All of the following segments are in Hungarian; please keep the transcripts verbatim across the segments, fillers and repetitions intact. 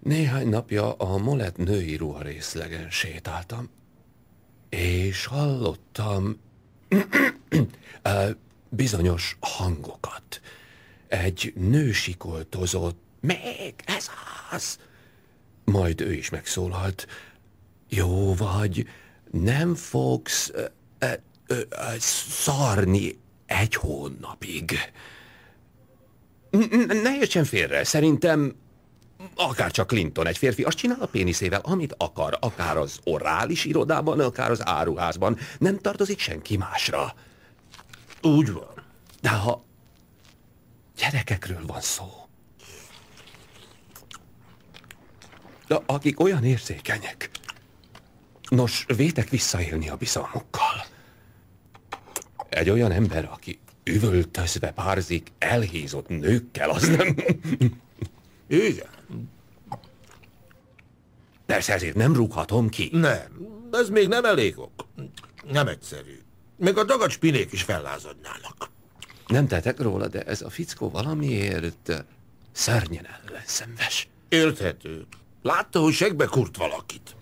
Néhány napja a Molett női ruharészlegen sétáltam, és hallottam bizonyos hangokat. Egy nő sikoltozott, még ez az! Majd ő is megszólalt. Jó vagy, nem fogsz ö, ö, ö, szarni egy hónapig. Ne értsen félre, szerintem akár csak Clinton, egy férfi, azt csinál a péniszével, amit akar, akár az orális irodában, akár az áruházban. Nem tartozik senki másra. Úgy van. De ha gyerekekről van szó, de akik olyan érzékenyek, nos, vétek visszaélni a bizalmukkal. Egy olyan ember, aki üvöltözve párzik elhízott nőkkel, az nem... Igen. Persze ezért nem rúghatom ki. Nem, ez még nem elég ok. Nem egyszerű. Még a dagadt spinék is fellázadnának. Nem tettek róla, de ez a fickó valamiért szörnyen ellenszenves. Érthető. Látta, hogy segbe kurt valakit.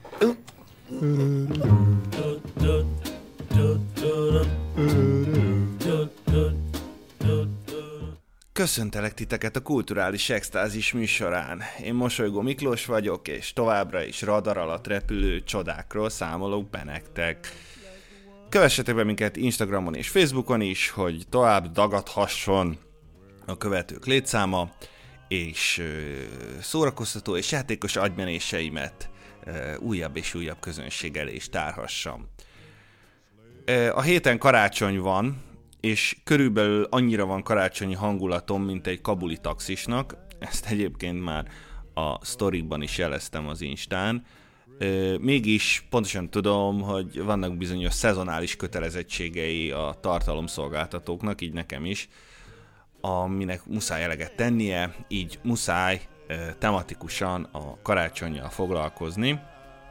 Köszöntelek titeket a Kulturális Extázis műsorán. Én Mosolygó Miklós vagyok, és továbbra is radar alatt repülő csodákról számolok be nektek. Kövessetek be minket Instagramon és Facebookon is, hogy tovább dagadhasson a követők létszáma, és szórakoztató és játékos agymenéseimet újabb és újabb közönség elé is tárhassam. A héten karácsony van, és körülbelül annyira van karácsonyi hangulatom, mint egy kabuli taxisnak. Ezt egyébként már a sztorikban is jeleztem az Instán. Mégis pontosan tudom, hogy vannak bizonyos szezonális kötelezettségei a tartalomszolgáltatóknak, így nekem is, aminek muszáj eleget tennie, így muszáj tematikusan a karácsonnyal foglalkozni.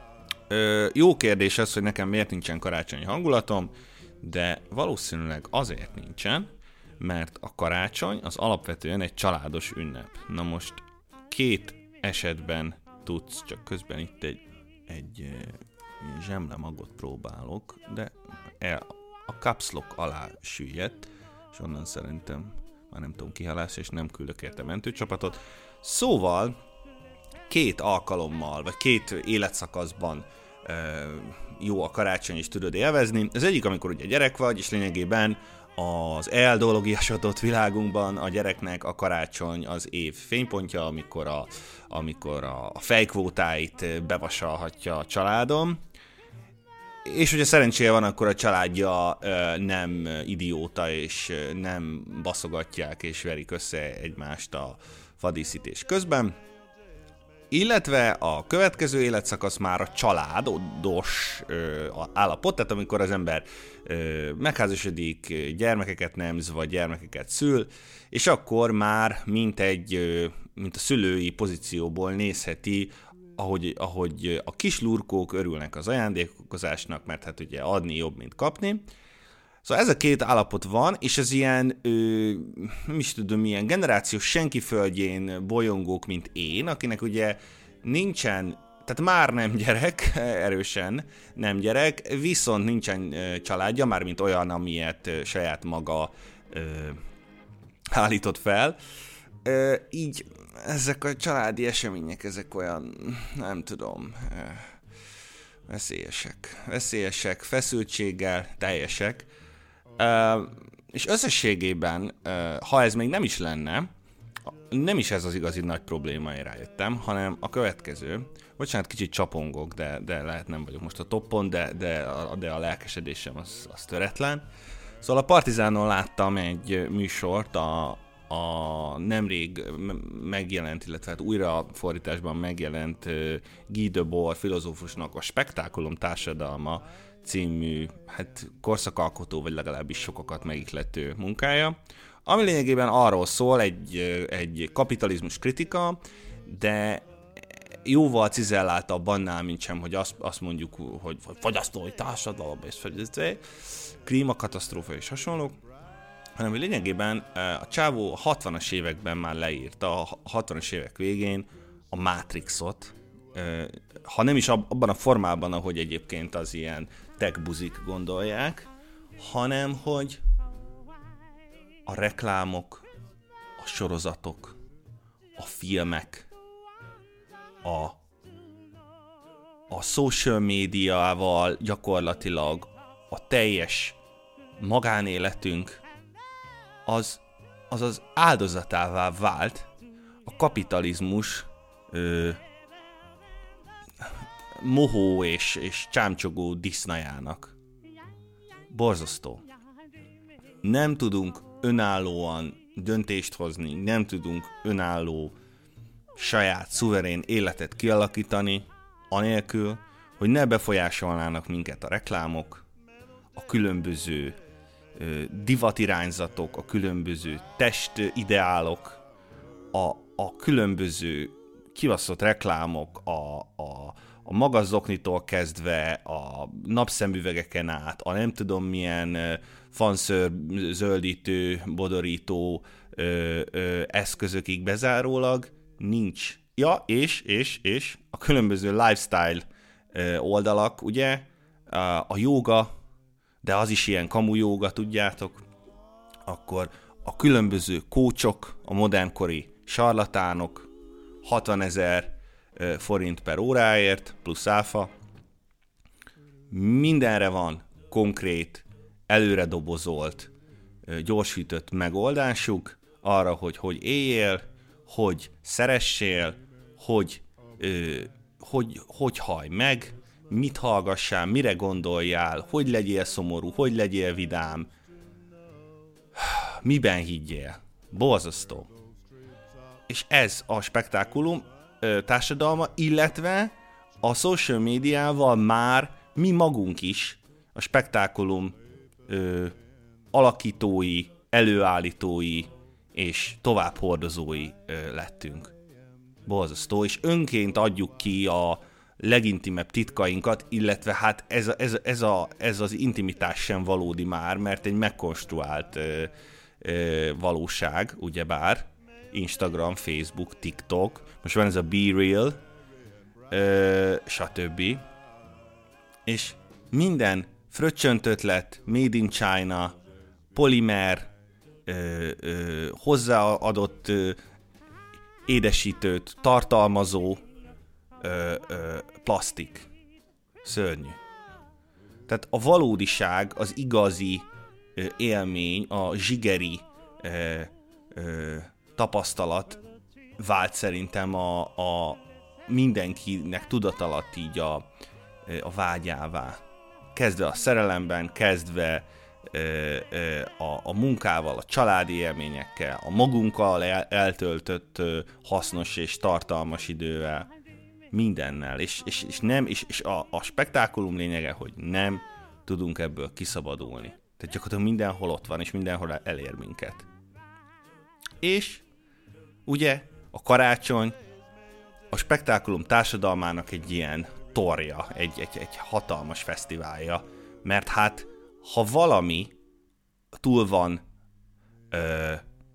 Jó kérdés az, hogy nekem miért nincsen karácsonyi hangulatom, de valószínűleg azért nincsen, mert a karácsony az alapvetően egy családos ünnep. Na most két esetben tudsz, csak közben itt egy, egy e, zsemlemagot próbálok, de el, a caps lock alá süllyedt, és onnan szerintem már nem tudom kihalászni, és nem küldök érte mentőcsapatot. Szóval két alkalommal, vagy két életszakaszban e, jó a karácsony is tudod élvezni. Az egyik, amikor ugye gyerek vagy, és lényegében az eldologiasodott világunkban a gyereknek a karácsony az év fénypontja, amikor a, amikor a fejkvótáit bevasalhatja a családom. És hogyha szerencséje van, akkor a családja ö, nem idióta, és ö, nem baszogatják és verik össze egymást a vadíszítés közben. Illetve a következő életszakasz már a családos ö, állapot, tehát amikor az ember ö, megházasodik, gyermekeket nemz, vagy gyermekeket szül, és akkor már mint egy, ö, mint a szülői pozícióból nézheti, ahogy, ahogy a kis lurkók örülnek az ajándékozásnak, mert hát ugye adni jobb, mint kapni. Szóval ez a két állapot van, és ez ilyen, ö, nem is tudom, milyen generációs senki földjén bolyongók, mint én, akinek ugye nincsen, tehát már nem gyerek, erősen nem gyerek, viszont nincsen ö, családja, mármint olyan, amilyet ö, saját maga ö, állított fel. Ö, így ezek a családi események, ezek olyan, nem tudom, ö, veszélyesek, veszélyesek, feszültséggel teljesek. Uh, és összességében, uh, ha ez még nem is lenne, nem is ez az igazi nagy probléma, én rájöttem, hanem a következő. Bocsánat, kicsit csapongok, de, de lehet nem vagyok most a toppon, de, de, a, de a lelkesedésem az, az töretlen. Szóval a Partizánon láttam egy műsort, a, a nemrég megjelent, illetve hát újrafordításban megjelent uh, Guy Debord filozófusnak a Spektákulum társadalma című, hát korszakalkotó, vagy legalábbis sokakat megihlető munkája, ami lényegében arról szól, egy, egy kapitalizmus kritika, de jóval cizelláltabb annál, mint sem, hogy azt, azt mondjuk, hogy fogyasztói társadalom, és klímakatasztrófa és hasonlók, hanem lényegében a csávó a hatvanas években már leírta, a hatvanas évek végén a Matrixot, ha nem is abban a formában, ahogy egyébként az ilyen tech buzik gondolják, hanem hogy a reklámok, a sorozatok, a filmek, a, a social médiával gyakorlatilag a teljes magánéletünk az az, az áldozatává vált a kapitalizmus ö, mohó és, és csámcsogó disznajának. Borzasztó. Nem tudunk önállóan döntést hozni, nem tudunk önálló, saját, szuverén életet kialakítani, anélkül, hogy ne befolyásolnának minket a reklámok, a különböző ö, divatirányzatok, a különböző testideálok, a, a különböző kibaszott reklámok, a, a, a magas zoknitól kezdve, a napszemüvegeken át, a nem tudom milyen ö, fanször, zöldítő, bodorító ö, ö, eszközökig bezárólag nincs. Ja, és, és, és a különböző lifestyle ö, oldalak, ugye, a jóga, de az is ilyen kamu jóga, tudjátok, akkor a különböző kócsok, a modernkori sarlatánok, hatvanezer forint per óráért, plusz áfa, mindenre van konkrét, előre dobozolt, gyorsított megoldásuk arra, hogy hogy éljél, hogy szeressél, hogy, ö, hogy, hogy hallj meg, mit hallgassál, mire gondoljál, hogy legyél szomorú, hogy legyél vidám, miben higgyél. Borzasztó. És ez a spektákulum ö, társadalma, illetve a social médiával már mi magunk is a spektákulum ö, alakítói, előállítói és továbbhordozói ö, lettünk. Borzasztó, és önként adjuk ki a legintimebb titkainkat, illetve hát ez, a, ez, ez, a, ez az intimitás sem valódi már, mert egy megkonstruált ö, ö, valóság, ugyebár, Instagram, Facebook, TikTok, most van ez a Be Real, ö, stb. És minden fröccsönt ötlet, Made in China, polimer, ö, ö, hozzáadott ö, édesítőt tartalmazó ö, ö, plastik. Szörnyű. Tehát a valódiság, az igazi ö, élmény, a zsigeri ö, ö, tapasztalat vált szerintem a, a mindenkinek tudatalatt így a, a vágyává. Kezdve a szerelemben, kezdve ö, ö, a, a munkával, a családi élményekkel, a magunkkal el, eltöltött ö, hasznos és tartalmas idővel, mindennel. És, és, és, nem, és, és a, a spektákulum lényege, hogy nem tudunk ebből kiszabadulni. Tehát gyakorlatilag mindenhol ott van, és mindenhol elér minket. És ugye a karácsony a spektákulum társadalmának egy ilyen torja, egy, egy, egy hatalmas fesztiválja, mert hát ha valami túl van ö,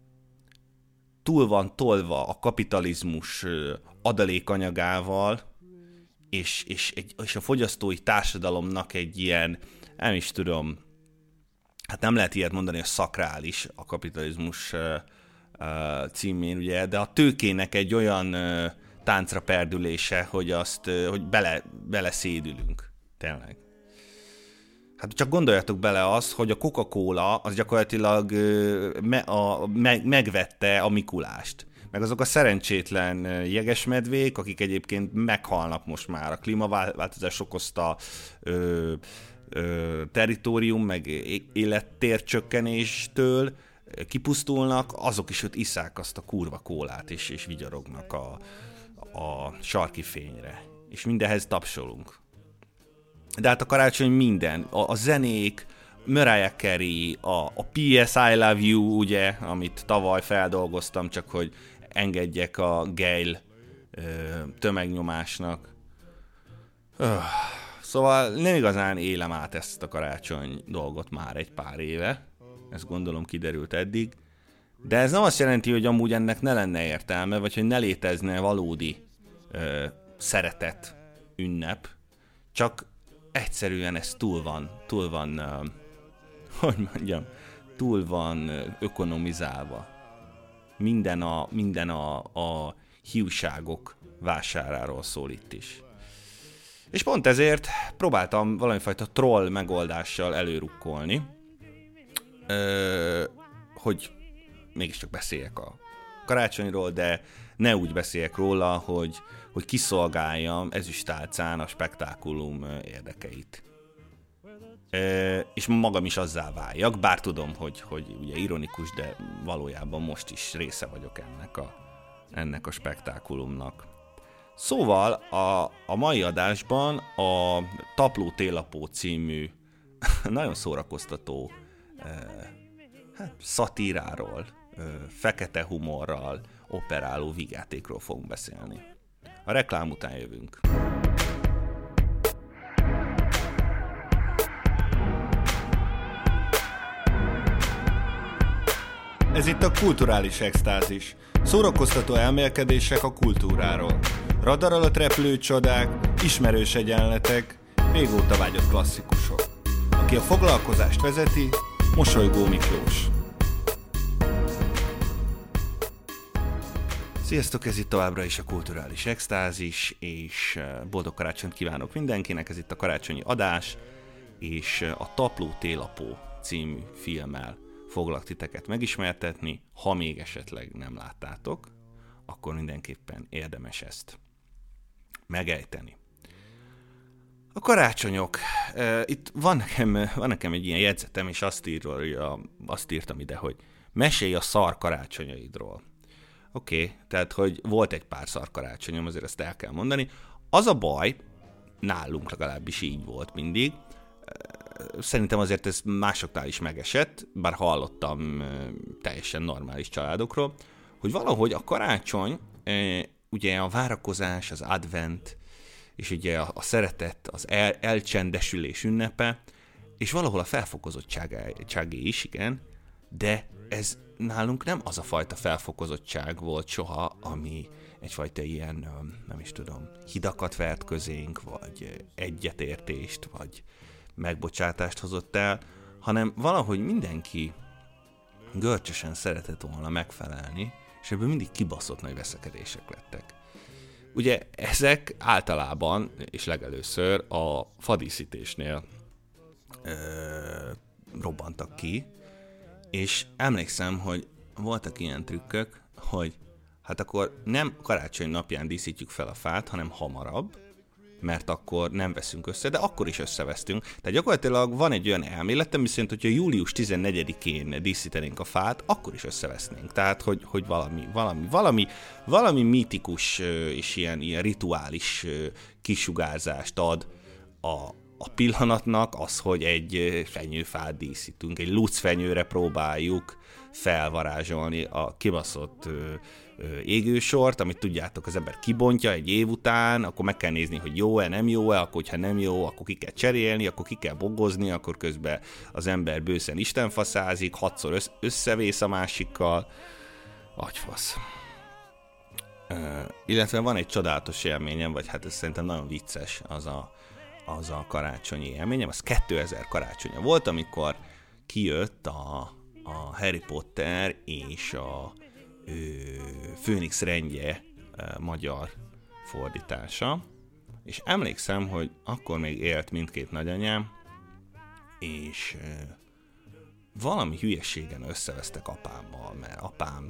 túl van tolva a kapitalizmus ö, adalékanyagával, és, és, egy, és a fogyasztói társadalomnak egy ilyen, nem is tudom, hát nem lehet ilyet mondani, hogy szakrális a kapitalizmus ö, ö, címén, ugye, de a tőkének egy olyan ö, táncra perdülése, hogy azt, ö, hogy bele, bele szédülünk. Tényleg. Hát csak gondoljatok bele azt, hogy a Coca-Cola az gyakorlatilag ö, me, a, me, megvette a Mikulást. Meg azok a szerencsétlen jegesmedvék, akik egyébként meghalnak most már a klímaváltozás okozta ö, ö, territórium, meg élettércsökkenéstől kipusztulnak, azok is ott isszák azt a kurva kólát, és, és vigyorognak a, a sarki fényre. És mindenhez tapsolunk. De hát a karácsony minden, a, a zenék, Mariah Carey, a, a pé es I Love You, ugye, amit tavaly feldolgoztam, csak hogy engedjek a Gayle ö, tömegnyomásnak. Öh. Szóval nem igazán élem át ezt a karácsony dolgot már egy pár éve. Ezt gondolom kiderült eddig. De ez nem azt jelenti, hogy amúgy ennek ne lenne értelme, vagy hogy ne létezne valódi ö, szeretet ünnep, csak egyszerűen ez túl van, túl van, ö, hogy mondjam, túl van ökonomizálva. Minden a, minden a, a hiúságok vásáráról szól itt is. És pont ezért próbáltam valamifajta troll megoldással előrukkolni, ö, hogy mégiscsak beszéljek a karácsonyról, de ne úgy beszéljek róla, hogy, hogy kiszolgáljam ezüstálcán a spektákulum érdekeit. Ö, és magam is azzá váljak, bár tudom, hogy, hogy ugye ironikus, de valójában most is része vagyok ennek a, ennek a spektákulumnak. Szóval a, a mai adásban a Tapló Télapó című nagyon szórakoztató eh, hát, szatíráról, eh, fekete humorral operáló vígjátékról fogunk beszélni. A reklám után jövünk. Ez itt a Kulturális Extázis. Szórakoztató elmélkedések a kultúráról. Radar alatt repülő csodák, ismerős egyenletek, régóta vágyott klasszikusok. Aki a foglalkozást vezeti, Mosolygó Miklós. Sziasztok, ez itt továbbra is a Kulturális Extázis, és boldog karácsonyt kívánok mindenkinek, ez itt a karácsonyi adás, és a Tapló Télapó című filmmel foglak titeket megismertetni. Ha még esetleg nem láttátok, akkor mindenképpen érdemes ezt megejteni. A karácsonyok. Itt van nekem, van nekem egy ilyen jegyzetem, és azt, írja, azt írtam ide, hogy mesélj a szar karácsonyaidról. Oké, okay, tehát, hogy volt egy pár szar karácsonyom, azért ezt el kell mondani. Az a baj, nálunk legalábbis így volt mindig, szerintem azért ez másoknál is megesett, bár hallottam teljesen normális családokról, hogy valahogy a karácsony, ugye a várakozás, az advent, és ugye a, a szeretet, az el, elcsendesülés ünnepe, és valahol a felfokozottságé is, igen, de ez nálunk nem az a fajta felfokozottság volt soha, ami egyfajta ilyen, nem is tudom, hidakat vert közénk, vagy egyetértést, vagy megbocsátást hozott el, hanem valahogy mindenki görcsösen szeretett volna megfelelni, és ebből mindig kibaszott nagy veszekedések lettek. Ugye ezek általában, és legelőször a fadíszítésnél ö, robbantak ki, és emlékszem, hogy voltak ilyen trükkök, hogy hát akkor nem karácsony napján díszítjük fel a fát, hanem hamarabb, mert akkor nem veszünk össze, de akkor is összevesztünk. Tehát gyakorlatilag van egy olyan elméletem, miszerint, hogyha július tizennegyedikén díszítenénk a fát, akkor is összevesznénk. Tehát, hogy, hogy valami, valami, valami, valami mítikus és ilyen, ilyen rituális kisugárzást ad a, a pillanatnak az, hogy egy fenyőfát díszítünk, egy lucfenyőre próbáljuk felvarázsolni a kibaszott égősort, amit tudjátok, az ember kibontja egy év után, akkor meg kell nézni, hogy jó-e, nem jó-e, akkor hogyha nem jó, akkor ki kell cserélni, akkor ki kell bogozni, akkor közben az ember bőszen istenfaszázik, hatszor összevész a másikkal, agyfasz. Uh, illetve van egy csodálatos élményem, vagy hát ez szerintem nagyon vicces, az a, az a karácsonyi élményem, az kétezer karácsonya volt, amikor kijött a, a Harry Potter és a Főnix rendje magyar fordítása, és emlékszem, hogy akkor még élt mindkét nagyanyám, és valami hülyeségen összevesztek apámmal, mert apám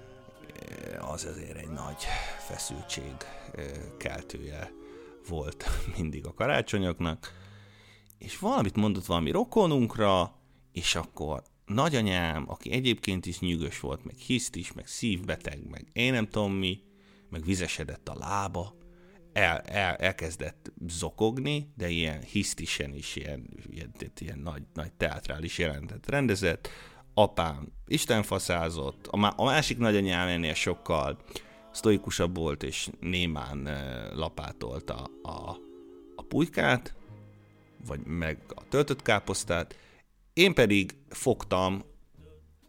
az azért egy nagy feszültség keltője volt mindig a karácsonyoknak, és valamit mondott valami rokonunkra, és akkor nagyanyám, aki egyébként is nyűgös volt, meg hisztis, meg szívbeteg, meg én nem tudom mi, meg vizesedett a lába, el, el, elkezdett zokogni, de ilyen hisztisen is, ilyen, ilyen, ilyen nagy, nagy teátrális jelentet rendezett. Apám istenfaszázott, a, má, a másik nagyanyám ennél sokkal sztoikusabb volt, és némán e, lapátolta a, a pulykát, vagy meg a töltött káposztát. Én pedig fogtam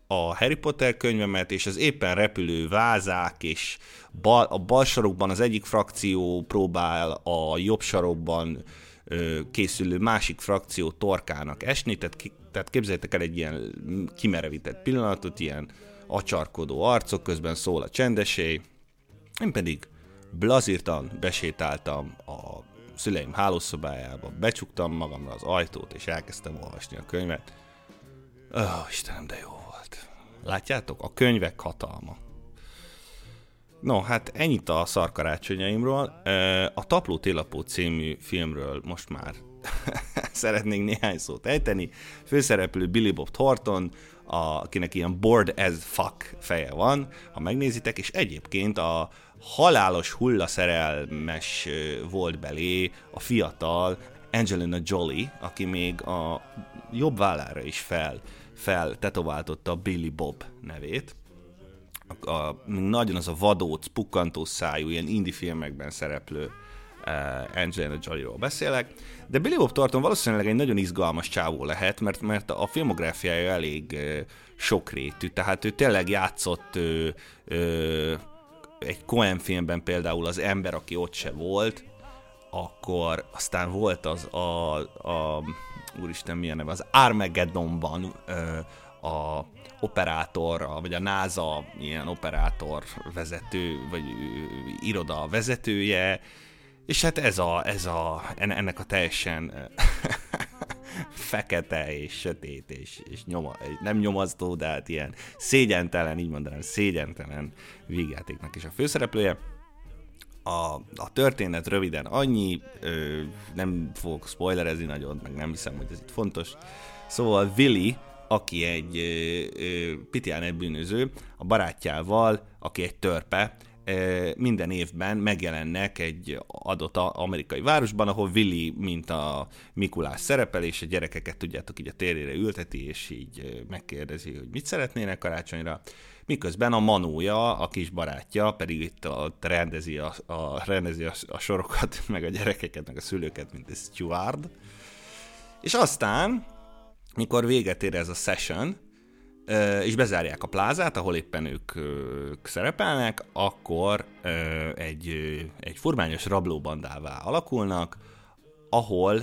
a Harry Potter könyvemet, és az éppen repülő vázák, és bal, a bal sarokban az egyik frakció próbál a jobb sarokban ö, készülő másik frakció torkának esni, tehát, ki, tehát képzeljétek el egy ilyen kimerevített pillanatot, ilyen acsarkodó arcok, közben szól a csendesé, én pedig blazírtan besétáltam a szüleim hálószobájába, becsuktam magamra az ajtót, és elkezdtem olvasni a könyvet. Ó, oh, Istenem, de jó volt. Látjátok? A könyvek hatalma. No, hát ennyit a szarkarácsonyaimról. A Tapló Télapó című filmről most már szeretnénk néhány szót ejteni. Főszereplő Billy Bob Thornton, akinek ilyen bored as fuck feje van, ha megnézitek, és egyébként a halálos hullaszerelmes volt belé a fiatal Angelina Jolie, aki még a jobb vállára is fel, fel tetováltotta Billy Bob nevét. A, a, nagyon az a vadóc, pukkantós szájú, ilyen indie filmekben szereplő uh, Angelina Jolie-ról beszélek, de Billy Bob Thornton valószínűleg egy nagyon izgalmas csávó lehet, mert, mert a filmográfiája elég uh, sokrétű, tehát ő tényleg játszott uh, uh, egy Coen filmben például Az ember, aki ott se volt, akkor aztán volt az a, a úristen milyen neve, az Armageddonban uh, a operátor, vagy a NASA ilyen operátor vezető, vagy iroda vezetője, és hát ez a, ez a ennek a teljesen fekete és sötét és, és nyoma, nem nyomasztó, de hát ilyen szégyentelen, így mondanám, szégyentelen vígjátéknak is a főszereplője. A, a történet röviden annyi, ö, nem fogok spoilerezni nagyon, meg nem hiszem, hogy ez itt fontos. Szóval Willy, aki egy ö, ö, pitián egy bűnöző, a barátjával, aki egy törpe, ö, minden évben megjelennek egy adott amerikai városban, ahol Willy, mint a Mikulás szerepel, és a gyerekeket, tudjátok, így a térére ülteti, és így ö, megkérdezi, hogy mit szeretnének karácsonyra. Miközben a Manója, a kis barátja, pedig itt a, rendezi, a, a, rendezi a, a sorokat, meg a gyerekeket, meg a szülőket, mint egy steward. És aztán, mikor véget ér ez a session, és bezárják a plázát, ahol éppen ők, ők szerepelnek, akkor egy, egy furmányos rablóbandává alakulnak, ahol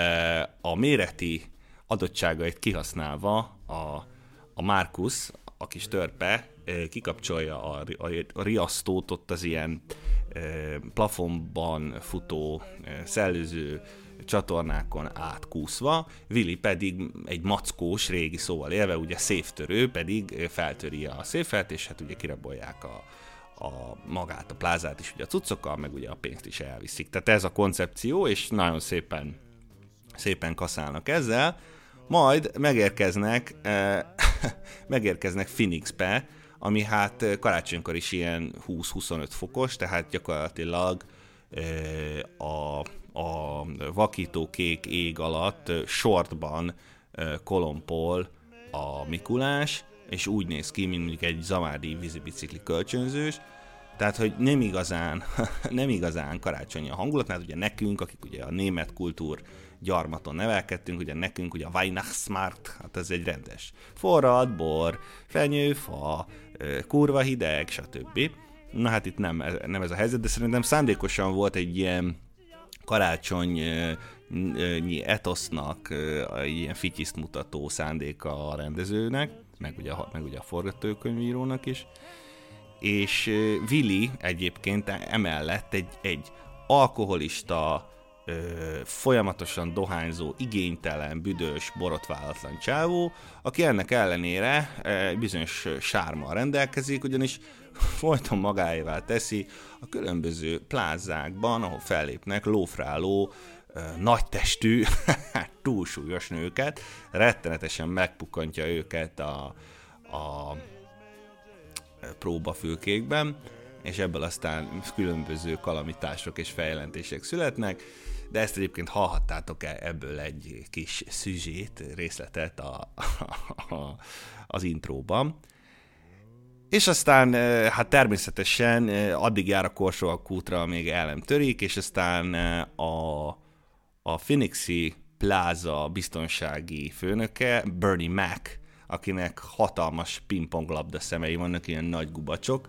a méreti adottságait kihasználva a, a Marcus, a kis törpe, kikapcsolja a, a, a riasztót ott az ilyen e, plafonban futó, e, szellőző csatornákon átkúszva, Willy pedig egy mackós, régi szóval élve, ugye széftörő, pedig feltöri a széfet, és hát ugye kirabolják a, a magát, a plázát is ugye a cuccokkal, meg ugye a pénzt is elviszik. Tehát ez a koncepció, és nagyon szépen, szépen kaszálnak ezzel. Majd megérkeznek, eh, megérkeznek Phoenixbe, ami hát karácsonykor is ilyen húsz-huszonöt fokos, tehát gyakorlatilag eh, a, a vakító kék ég alatt eh, shortban eh, kolompol a Mikulás, és úgy néz ki, mint mondjuk egy zamádi vízibicikli kölcsönzős, tehát, hogy nem igazán, nem igazán karácsonyi a hangulat, mert ugye nekünk, akik ugye a német kultúr gyarmaton nevelkedtünk, ugye nekünk ugye a Weihnachtsmarkt, hát ez egy rendes forrad, bor, fenyőfa, kurva hideg, stb. Na hát itt nem, nem ez a helyzet, de szerintem szándékosan volt egy ilyen karácsonyi etosznak, egy ilyen fityiszt mutató szándéka a rendezőnek, meg ugye, meg ugye a forgatókönyvírónak is. És Willy egyébként emellett egy, egy alkoholista, ö, folyamatosan dohányzó, igénytelen, büdös, borotválatlan csávó, aki ennek ellenére e, bizonyos sármmal rendelkezik, ugyanis folyton magáévá teszi a különböző plázákban, ahol fellépnek lófráló, ö, nagytestű, túlsúlyos nőket, rettenetesen megpukkantja őket a, a próbafülkékben, és ebből aztán különböző kalamitások és fejjelentések születnek, de ezt egyébként hallhattátok ebből egy kis szüzsét, részletet a, a, a, az intróban. És aztán hát természetesen addig jár a Korsoak útra, amíg el nem törik, és aztán a, a Phoenixi Plaza biztonsági főnöke, Bernie Mac, akinek hatalmas pingponglabda szemei vannak, ilyen nagy gubacsok,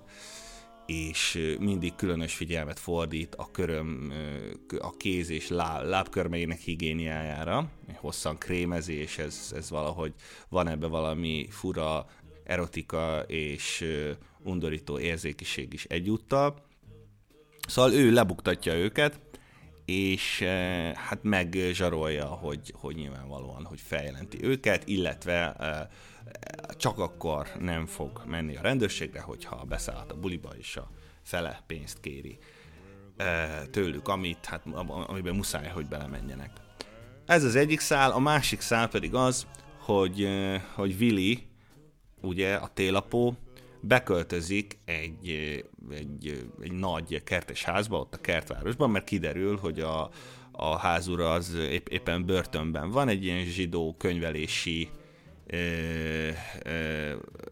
és mindig különös figyelmet fordít a köröm, a kéz és láb, lábkörmeinek higiéniájára, hosszan krémezi, és ez, ez valahogy van ebbe valami fura erotika és undorító érzékiség is egyúttal. Szóval ő lebuktatja őket, és hát megzsarolja, hogy, hogy nyilvánvalóan, hogy feljelenti őket, illetve csak akkor nem fog menni a rendőrségre, hogyha beszállhat a buliba, és a fele pénzt kéri tőlük, amit, hát, amiben muszáj, hogy belemenjenek. Ez az egyik szál, a másik szál pedig az, hogy, hogy Willy, ugye a télapó, beköltözik egy, egy, egy nagy kertes házba, ott a kertvárosban, mert kiderül, hogy a, a házura az épp, éppen börtönben van, egy ilyen zsidó könyvelési ö, ö,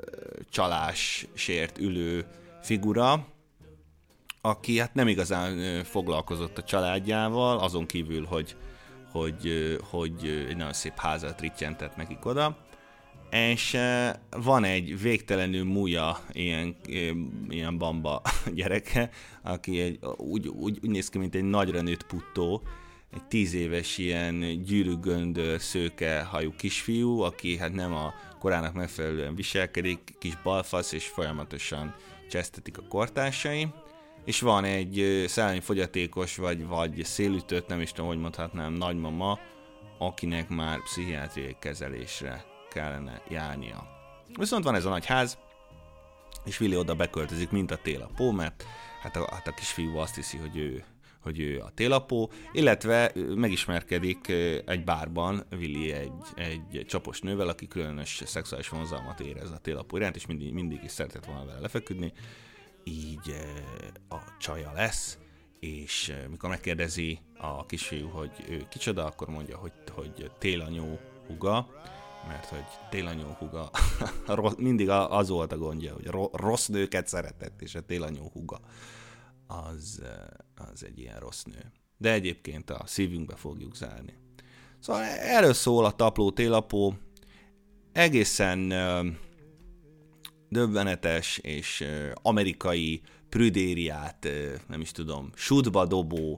csalásért ülő figura, aki hát nem igazán foglalkozott a családjával, azon kívül, hogy, hogy, hogy egy nagyon szép házat rittyentett nekik oda, és van egy végtelenül múja ilyen, ilyen bamba gyereke, aki egy, úgy, úgy, úgy néz ki, mint egy nagyra nőtt puttó, egy tíz éves ilyen gyűrűgöndör, szőke hajú kisfiú, aki hát nem a korának megfelelően viselkedik, kis balfasz, és folyamatosan csesztetik a kortársai. És van egy szellemi fogyatékos, vagy, vagy szélütött, nem is tudom, hogy mondhatnám, nagymama, akinek már pszichiátriai kezelésre kellene járnia. Viszont van ez a nagy ház, és Willy oda beköltözik, mint a télapó, mert hát a, hát a kisfiú azt hiszi, hogy ő, hogy ő a télapó, illetve megismerkedik egy bárban Willy egy, egy csapos nővel, aki különös szexuális vonzalmat érez a télapó iránt, és mindig, mindig is szeretett volna vele lefeküdni, így a csaja lesz, és mikor megkérdezi a kisfiú, hogy ő kicsoda, akkor mondja, hogy, hogy télanyó húga, mert hogy télanyó húga, mindig az volt a gondja, hogy rossz nőket szeretett, és a télanyó húga az, az egy ilyen rossz nő. De egyébként a szívünkbe fogjuk zárni. Szóval erről szól a Tapló télapó, egészen döbbenetes és amerikai prüdériát, nem is tudom, sútba dobó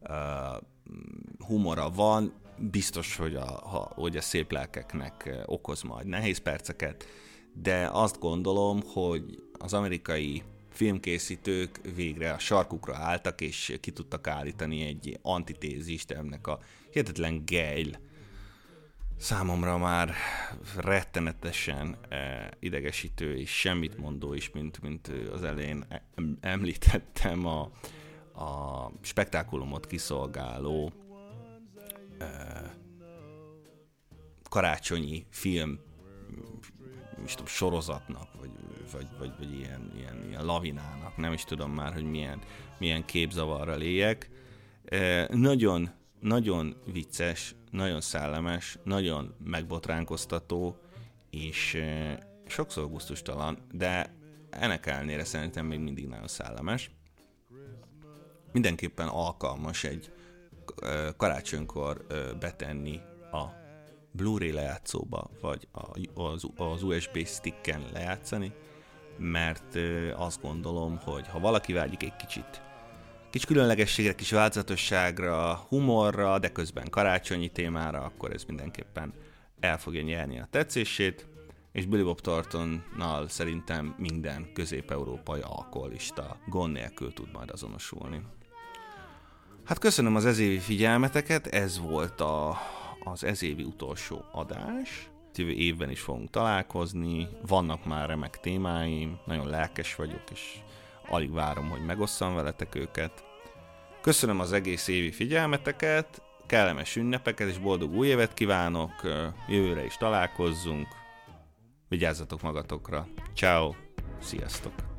humora van, biztos, hogy a, ha, hogy a szép lelkeknek okoz majd nehéz perceket, de azt gondolom, hogy az amerikai filmkészítők végre a sarkukra álltak, és ki tudtak állítani egy antitézist ennek a hihetetlen gejl, számomra már rettenetesen eh, idegesítő és semmit mondó is, mint, mint az elején említettem, a, a spektákulumot kiszolgáló eh, karácsonyi film is tudom, sorozatnak, vagy, vagy, vagy, vagy ilyen, ilyen, ilyen lavinának, nem is tudom már, hogy milyen, milyen képzavarral éljek. Eh, nagyon, nagyon vicces, nagyon szellemes, nagyon megbotránkoztató, és eh, sokszor gusztustalan, de ennek ellenére szerintem még mindig nagyon szellemes. Mindenképpen alkalmas egy eh, karácsonykor eh, betenni a Blu-ray lejátszóba, vagy a, az, az u es bé sticken lejátszani, mert eh, azt gondolom, hogy ha valaki vágyik egy kicsit kis különlegességre, kis változatosságra, humorra, de közben karácsonyi témára, akkor ez mindenképpen el fogja nyerni a tetszését, és Billy Bob Thorntonnal szerintem minden közép-európai alkoholista gond nélkül tud majd azonosulni. Hát köszönöm az ezévi figyelmeteket, ez volt a, az ezévi utolsó adás. Jövő évben is fogunk találkozni, vannak már remek témáim, nagyon lelkes vagyok, és alig várom, hogy megosszam veletek őket. Köszönöm az egész évi figyelmeteket, kellemes ünnepeket és boldog új évet kívánok, jövőre is találkozzunk, vigyázzatok magatokra, ciao, sziasztok!